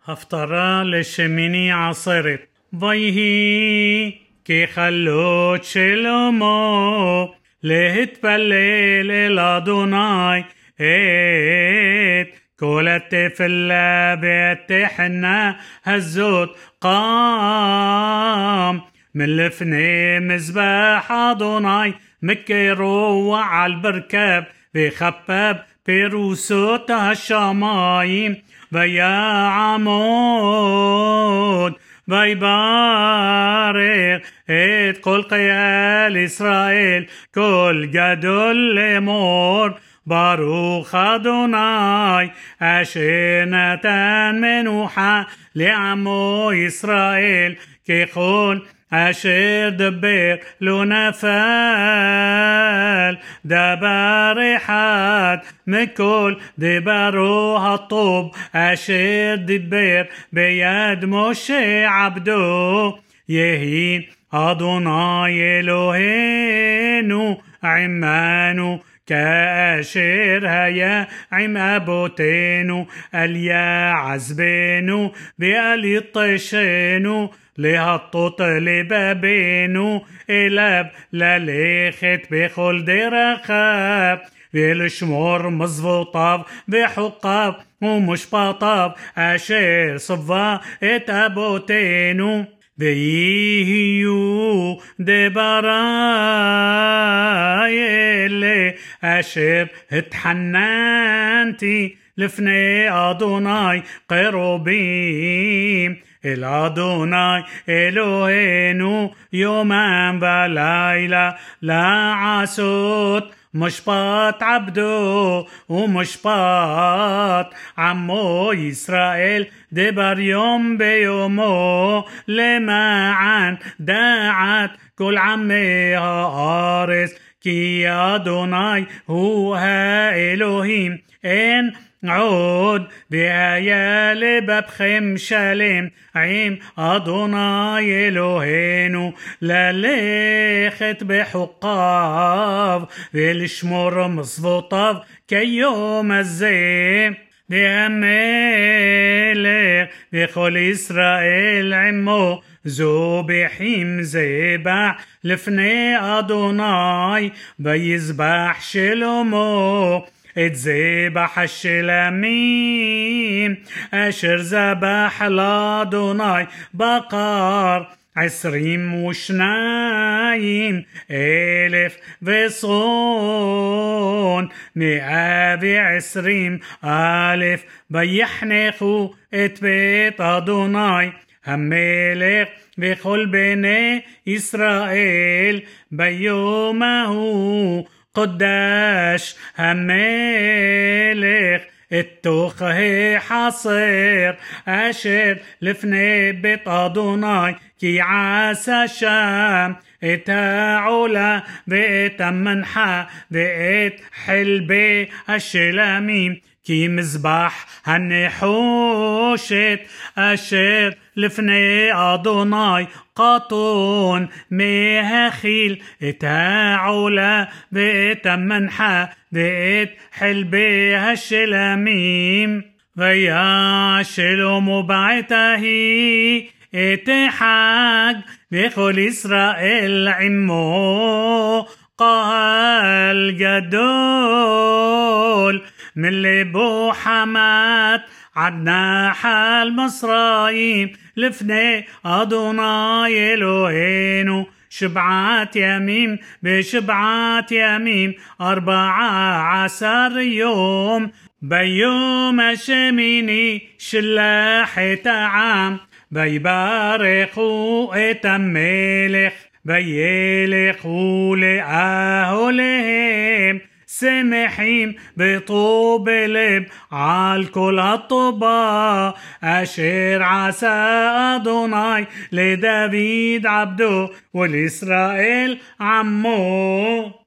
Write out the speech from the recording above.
הפטרה לשמיני עצרת. ויהי ככלות שלמה להתפלל אל אדוני את כל התפילה והתחנה הזאת קם מלפני מזבח אדוני מקרוע על ברכב וחפב פירוסות השמיים ויעמוד ויברך את כל קהל ישראל כל גדול לאמור ברוך אדוני אשר נתן מנוחה לעמו ישראל ככל אשר דבר לא נפל דבר אחד מכל דברו הטוב אשר דיבר ביד משה עבדו יהי אדוני אלוהינו עמנו כאשר היה עם אבותינו אל יעזבנו ואל יטשנו להטות לבבינו אליו ללכת בכל דרכיו ולשמור מצוותיו וחוקיו ומשפטיו אשר צווה את אבותינו ויהיו דברי אלה אשר התחננתי לפני אדוני קרובים אל אדוני אלוהינו יומם ולילה לעשות משפט עבדו ומשפט עמו ישראל דבר יום ביומו למען דעת כל עמי הארץ כי אדוני הוא האלוהים אין עוד והיה לבבכם שלם עם אדוני אלוהינו ללכת בחוקיו ולשמור מצוותיו כיום הזה והמלך וכל ישראל עמו זובחים זבח לפני אדוני ויזבח שלמה את זבח השלמים אשר זבח לאדוני בקר 22,000 וצאן 120,000 ויחנכו את בית אדוני המלך וכל בני ישראל ביום ההוא קדש המלך את תוכי חסר אשר לפני בית אדוני כי עשה שם את העולה ואת המנחה ואת חלבי השלמים כי מזבח הנחושת אשר לפני אדוני קטון מהכיל את העולה ואת המנחה ואת חלבי השלמים וישלמו בעת ההיא את חג וכל ישראל עמו קהל גדול מלבו חמת עד נחל מצרים לפני אדוני אלוהינו 7 ימים ב7 ימים 14 יום ביום השמיני שלח את העם ויברכו את המלך וילכו לאהליהם שמחים בטוב לב על כל הטובה אשר עשה אדוני לדוד עבדו ולישראל עמו